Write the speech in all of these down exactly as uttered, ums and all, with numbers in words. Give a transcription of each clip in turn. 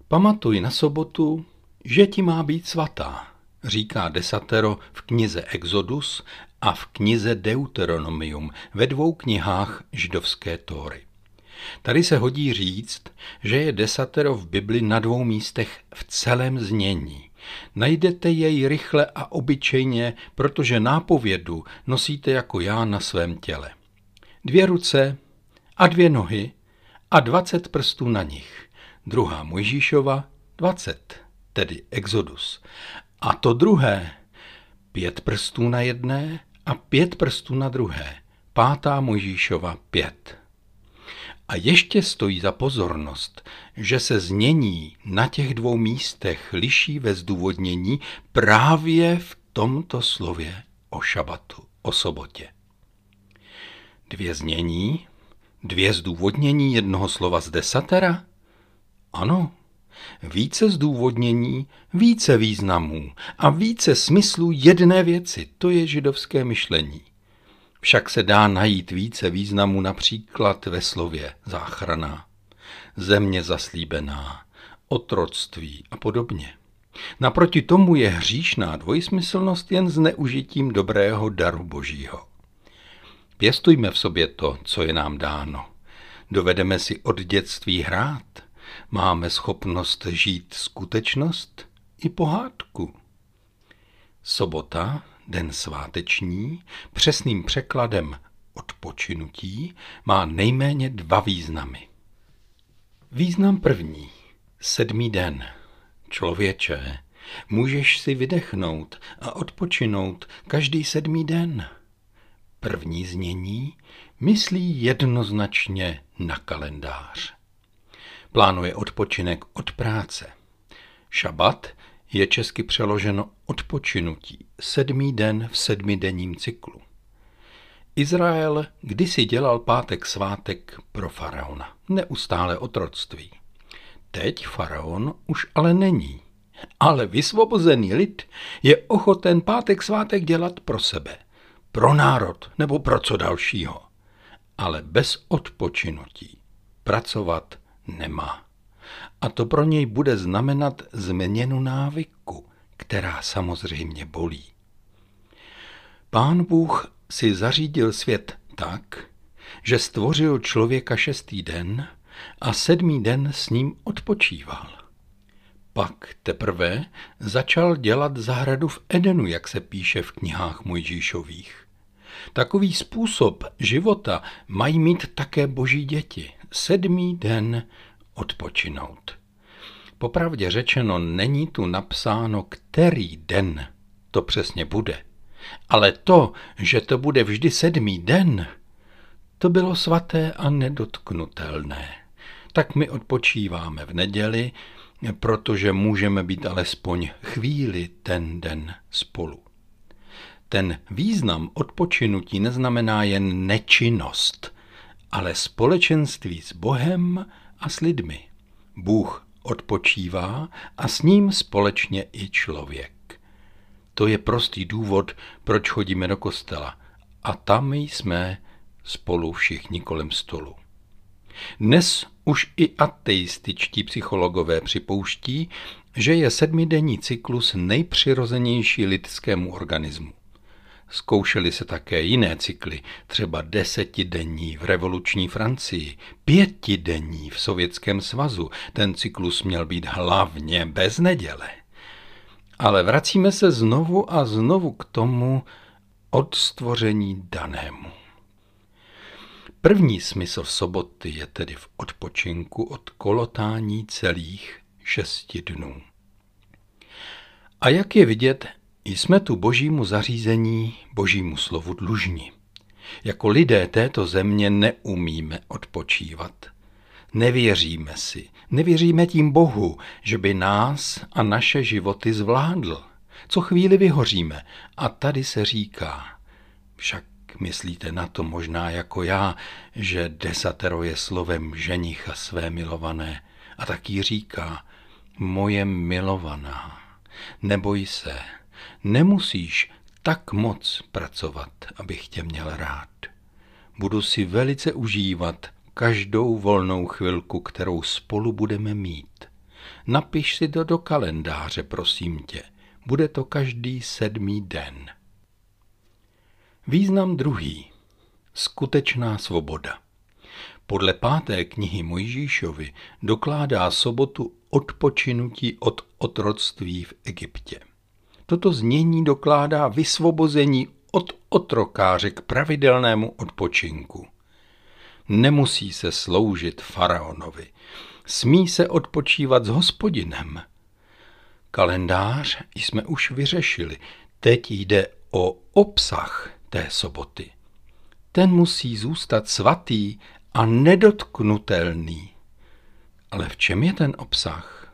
Pamatuj na sobotu, že ti má být svatá, říká desatero v knize Exodus a v knize Deuteronomium, ve dvou knihách židovské Tóry. Tady se hodí říct, že je desatero v Bibli na dvou místech v celém znění. Najdete jej rychle a obyčejně, protože nápovědu nosíte jako já na svém těle. Dvě ruce a dvě nohy a dvacet prstů na nich. Druhá Mojžíšova dvacet, tedy Exodus. A to druhé, pět prstů na jedné a pět prstů na druhé. Pátá Mojžíšova pět. A ještě stojí za pozornost, že se znění na těch dvou místech liší ve zdůvodnění právě v tomto slově o šabatu, o sobotě. Dvě znění, dvě zdůvodnění jednoho slova z desatera? Ano, více zdůvodnění, více významů a více smyslů jedné věci, to je židovské myšlení. Však se dá najít více významů například ve slově záchrana, země zaslíbená, otroctví a podobně. Naproti tomu je hříšná dvojsmyslnost jen zneužitím dobrého daru Božího. Pěstujme v sobě to, co je nám dáno. Dovedeme si od dětství hrát. Máme schopnost žít skutečnost i pohádku. Sobota, den sváteční, přesným překladem odpočinutí, má nejméně dva významy. Význam první. Sedmý den. Člověče, můžeš si vydechnout a odpočinout každý sedmý den. První znění myslí jednoznačně na kalendář. Plánuje odpočinek od práce. Šabat je česky přeloženo odpočinutí, sedmý den v sedmidenním cyklu. Izrael kdysi dělal pátek svátek pro faraona, neustále otroctví. Teď faraon už ale není, ale vysvobozený lid je ochoten pátek svátek dělat pro sebe, pro národ nebo pro co dalšího, ale bez odpočinutí pracovat nemá. A to pro něj bude znamenat změnu návyku, která samozřejmě bolí. Pán Bůh si zařídil svět tak, že stvořil člověka šestý den a sedmý den s ním odpočíval. Pak teprve začal dělat zahradu v Edenu, jak se píše v knihách Mojžíšových. Takový způsob života mají mít také boží děti. Sedmý den odpočinout. Popravdě řečeno, není tu napsáno, který den to přesně bude. Ale to, že to bude vždy sedmý den, to bylo svaté a nedotknutelné. Tak my odpočíváme v neděli, protože můžeme být alespoň chvíli ten den spolu. Ten význam odpočinutí neznamená jen nečinnost, ale společenství s Bohem a s lidmi. Bůh odpočívá a s ním společně i člověk. To je prostý důvod, proč chodíme do kostela. A tam jsme spolu všichni kolem stolu. Dnes už i ateističtí psychologové připouští, že je sedmidenní cyklus nejpřirozenější lidskému organismu. Zkoušely se také jiné cykly, třeba desetidenní v revoluční Francii, pětidenní v Sovětském svazu. Ten cyklus měl být hlavně bez neděle. Ale vracíme se znovu a znovu k tomu od stvoření danému. První smysl soboty je tedy v odpočinku od kolotání celých šesti dnů. A jak je vidět, jsme tu božímu zařízení, božímu slovu dlužni. Jako lidé této země neumíme odpočívat. Nevěříme si, nevěříme tím Bohu, že by nás a naše životy zvládl. Co chvíli vyhoříme a tady se říká, však myslíte na to možná jako já, že desatero je slovem ženicha své milované a taky říká, moje milovaná, neboj se, nemusíš tak moc pracovat, abych tě měl rád. Budu si velice užívat každou volnou chvilku, kterou spolu budeme mít. Napiš si to do kalendáře, prosím tě. Bude to každý sedmý den. Význam druhý. Skutečná svoboda. Podle páté knihy Mojžíšovy dokládá sobotu odpočinutí od otroctví v Egyptě. Toto znění dokládá vysvobození od otrokáře k pravidelnému odpočinku. Nemusí se sloužit faraonovi. Smí se odpočívat s Hospodinem. Kalendář jsme už vyřešili. Teď jde o obsah té soboty. Ten musí zůstat svatý a nedotknutelný. Ale v čem je ten obsah?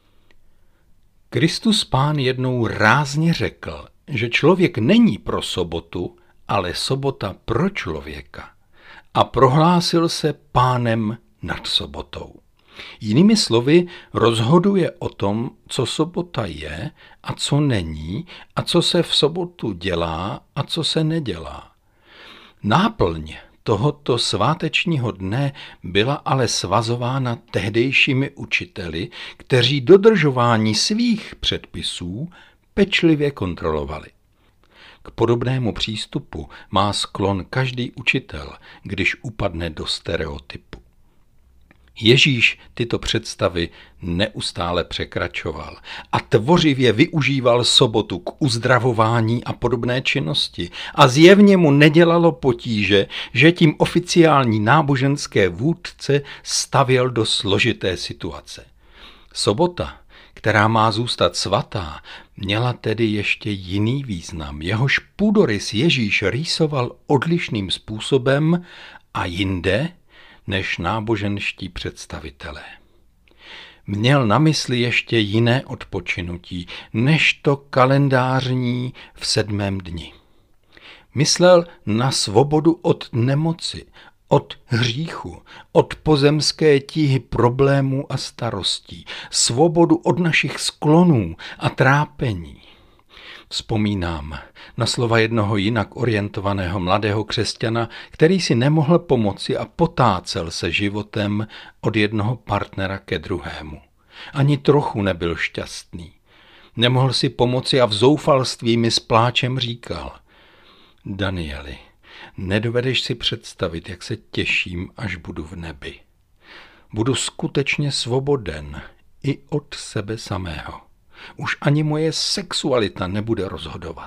Kristus Pán jednou rázně řekl, že člověk není pro sobotu, ale sobota pro člověka. A prohlásil se pánem nad sobotou. Jinými slovy, rozhoduje o tom, co sobota je a co není, a co se v sobotu dělá a co se nedělá. Náplň tohoto svátečního dne byla ale svazována tehdejšími učiteli, kteří dodržování svých předpisů pečlivě kontrolovali. K podobnému přístupu má sklon každý učitel, když upadne do stereotypu. Ježíš tyto představy neustále překračoval a tvořivě využíval sobotu k uzdravování a podobné činnosti a zjevně mu nedělalo potíže, že tím oficiální náboženské vůdce stavěl do složité situace. Sobota, která má zůstat svatá, měla tedy ještě jiný význam. Jehož půdorys Ježíš rýsoval odlišným způsobem a jinde než náboženští představitelé. Měl na mysli ještě jiné odpočinutí, než to kalendářní v sedmém dni. Myslel na svobodu od nemoci, od hříchu, od pozemské tíhy problémů a starostí, svobodu od našich sklonů a trápení. Vzpomínám na slova jednoho jinak orientovaného mladého křesťana, který si nemohl pomoci a potácel se životem od jednoho partnera ke druhému. Ani trochu nebyl šťastný. Nemohl si pomoci a v zoufalství mi s pláčem říkal: Danieli, nedovedeš si představit, jak se těším, až budu v nebi. Budu skutečně svoboden i od sebe samého. Už ani moje sexualita nebude rozhodovat.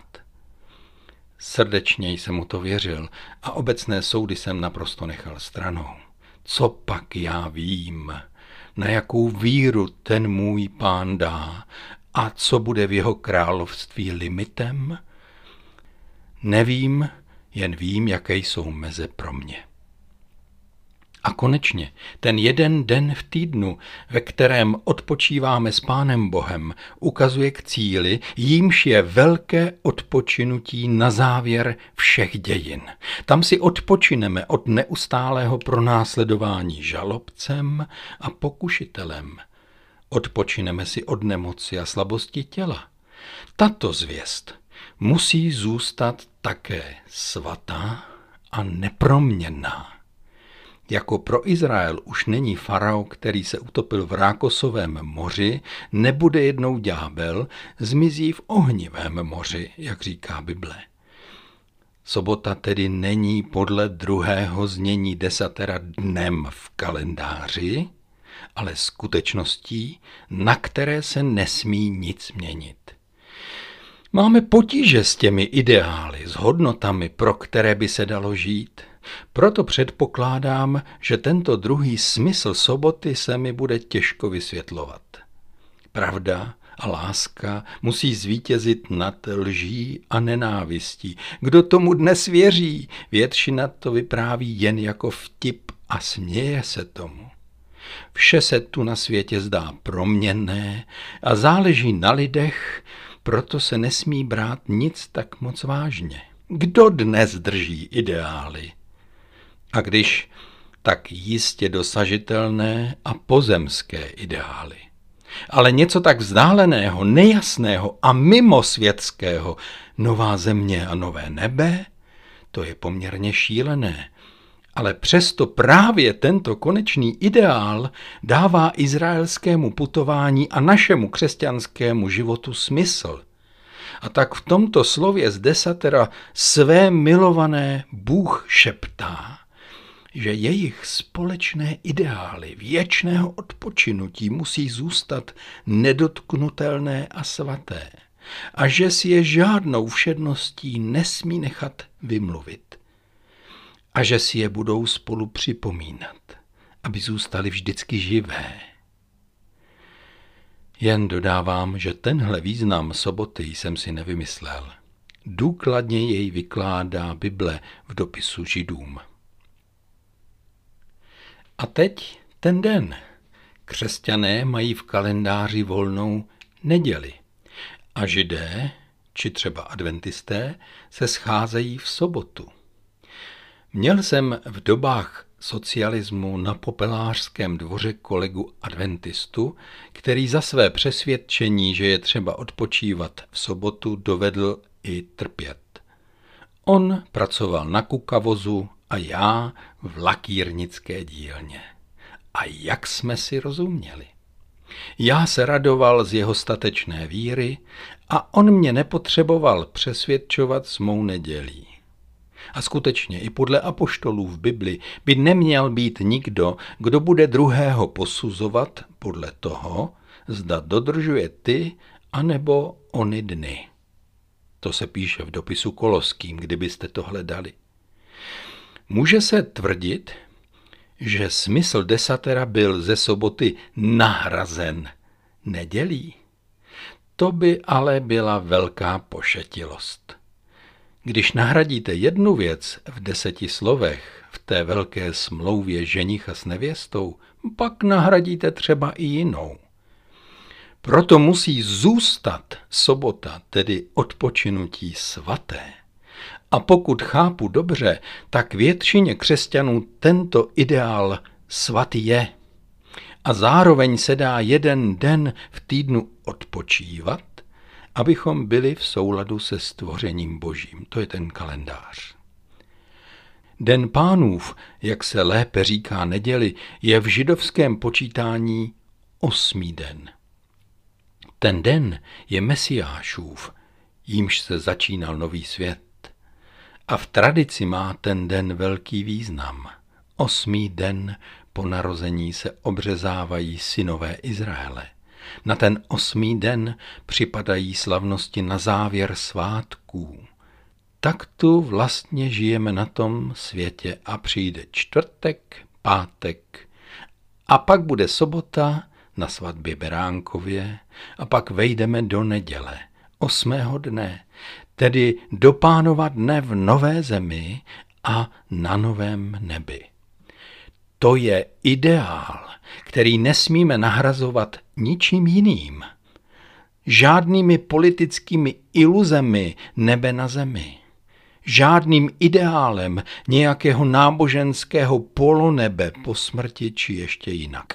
Srdečně jsem mu to věřil a obecné soudy jsem naprosto nechal stranou. Co pak já vím, na jakou víru ten můj Pán dá a co bude v jeho království limitem? Nevím, jen vím, jaké jsou meze pro mě. A konečně ten jeden den v týdnu, ve kterém odpočíváme s Pánem Bohem, ukazuje k cíli, jímž je velké odpočinutí na závěr všech dějin. Tam si odpočineme od neustálého pronásledování žalobcem a pokušitelem. Odpočineme si od nemoci a slabosti těla. Tato zvěst musí zůstat také svatá a neproměnná. Jako pro Izrael už není farao, který se utopil v Rákosovém moři, nebude jednou ďábel, zmizí v ohnivém moři, jak říká Bible. Sobota tedy není podle druhého znění desatera dnem v kalendáři, ale skutečností, na které se nesmí nic měnit. Máme potíže s těmi ideály, s hodnotami, pro které by se dalo žít. Proto předpokládám, že tento druhý smysl soboty se mi bude těžko vysvětlovat. Pravda a láska musí zvítězit nad lží a nenávistí. Kdo tomu dnes věří, většina to vypráví jen jako vtip a směje se tomu. Vše se tu na světě zdá proměnné a záleží na lidech, proto se nesmí brát nic tak moc vážně. Kdo dnes drží ideály? A když, tak jistě dosažitelné a pozemské ideály. Ale něco tak vzdáleného, nejasného a mimosvětského, nová země a nové nebe, to je poměrně šílené Ale přesto právě tento konečný ideál dává izraelskému putování a našemu křesťanskému životu smysl. A tak v tomto slově z desatera své milované Bůh šeptá, že jejich společné ideály věčného odpočinutí musí zůstat nedotknutelné a svaté a že si je žádnou všedností nesmí nechat vymluvit a že si je budou spolu připomínat, aby zůstaly vždycky živé. Jen dodávám, že tenhle význam soboty jsem si nevymyslel. Důkladně jej vykládá Bible v dopisu Židům. A teď ten den. Křesťané mají v kalendáři volnou neděli a Židé, či třeba adventisté, se scházejí v sobotu. Měl jsem v dobách socialismu na Popelářském dvoře kolegu adventistu, který za své přesvědčení, že je třeba odpočívat v sobotu, dovedl i trpět. On pracoval na kukavozu a já v lakírnické dílně. A jak jsme si rozuměli. Já se radoval z jeho statečné víry a on mě nepotřeboval přesvědčovat s mou nedělí. A skutečně i podle apoštolů v Bibli by neměl být nikdo, kdo bude druhého posuzovat podle toho, zda dodržuje ty anebo ony dny. To se píše v dopisu Koloským, kdybyste to hledali. Může se tvrdit, že smysl desatera byl ze soboty nahrazen nedělí. To by ale byla velká pošetilost. Když nahradíte jednu věc v deseti slovech v té velké smlouvě ženicha s nevěstou, pak nahradíte třeba i jinou. Proto musí zůstat sobota, tedy odpočinutí svaté. A pokud chápu dobře, tak většině křesťanů tento ideál svatý je. A zároveň se dá jeden den v týdnu odpočívat, abychom byli v souladu se stvořením Božím. To je ten kalendář. Den Pánův, jak se lépe říká neděli, je v židovském počítání osmý den. Ten den je Mesiášův, jímž se začínal nový svět. A v tradici má ten den velký význam. Osmý den po narození se obřezávají synové Izraele. Na ten osmý den připadají slavnosti na závěr svátků. Tak tu vlastně žijeme na tom světě a přijde čtvrtek, pátek a pak bude sobota na svatbě Beránkově a pak vejdeme do neděle, osmého dne, tedy do Pánova dne v nové zemi a na novém nebi. To je ideál, který nesmíme nahrazovat ničím jiným. Žádnými politickými iluzemi nebe na zemi. Žádným ideálem nějakého náboženského polonebe po smrti či ještě jinak.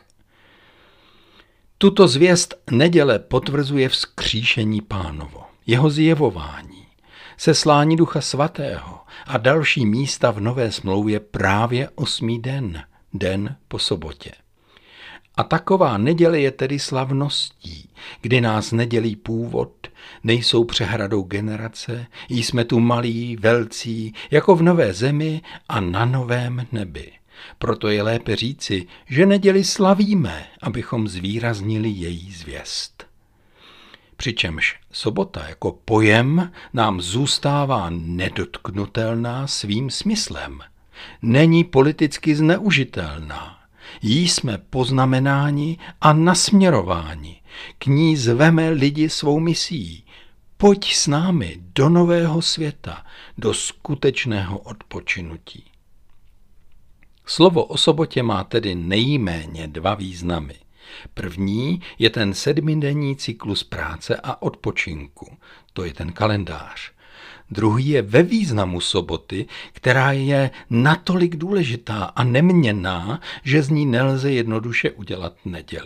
Tuto zvěst neděle potvrzuje vzkříšení Pánovo, jeho zjevování, seslání Ducha Svatého a další místa v Nové smlouvě právě osmý den, den po sobotě. A taková neděle je tedy slavností, kdy nás nedělí původ, nejsou přehradou generace, jsme tu malí, velcí, jako v nové zemi a na novém nebi. Proto je lépe říci, že neděli slavíme, abychom zvýraznili její zvěst. Přičemž sobota jako pojem nám zůstává nedotknutelná svým smyslem. Není politicky zneužitelná. Jí jsme poznamenáni a nasměrováni. K ní zveme lidi svou misí. Pojď s námi do nového světa, do skutečného odpočinutí. Slovo o sobotě má tedy nejméně dva významy. První je ten sedmidenní cyklus práce a odpočinku, to je ten kalendář. Druhý je ve významu soboty, která je natolik důležitá a neměnná, že z ní nelze jednoduše udělat neděli.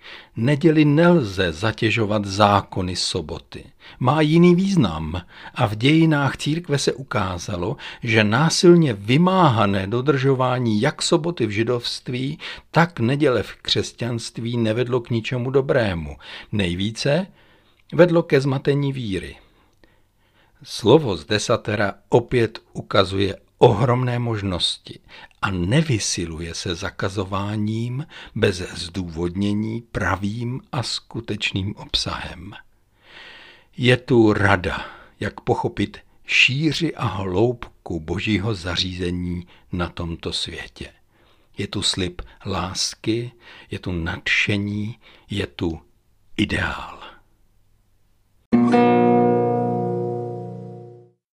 Neděli nelze zatěžovat zákony soboty. Má jiný význam a v dějinách církve se ukázalo, že násilně vymáhané dodržování jak soboty v židovství, tak neděle v křesťanství nevedlo k ničemu dobrému. Nejvíce vedlo ke zmatení víry. Slovo z desatera opět ukazuje ohromné možnosti a nevysiluje se zakazováním bez zdůvodnění pravým a skutečným obsahem. Je tu rada, jak pochopit šíři a hloubku Božího zařízení na tomto světě. Je tu slib lásky, je tu nadšení, je tu ideál.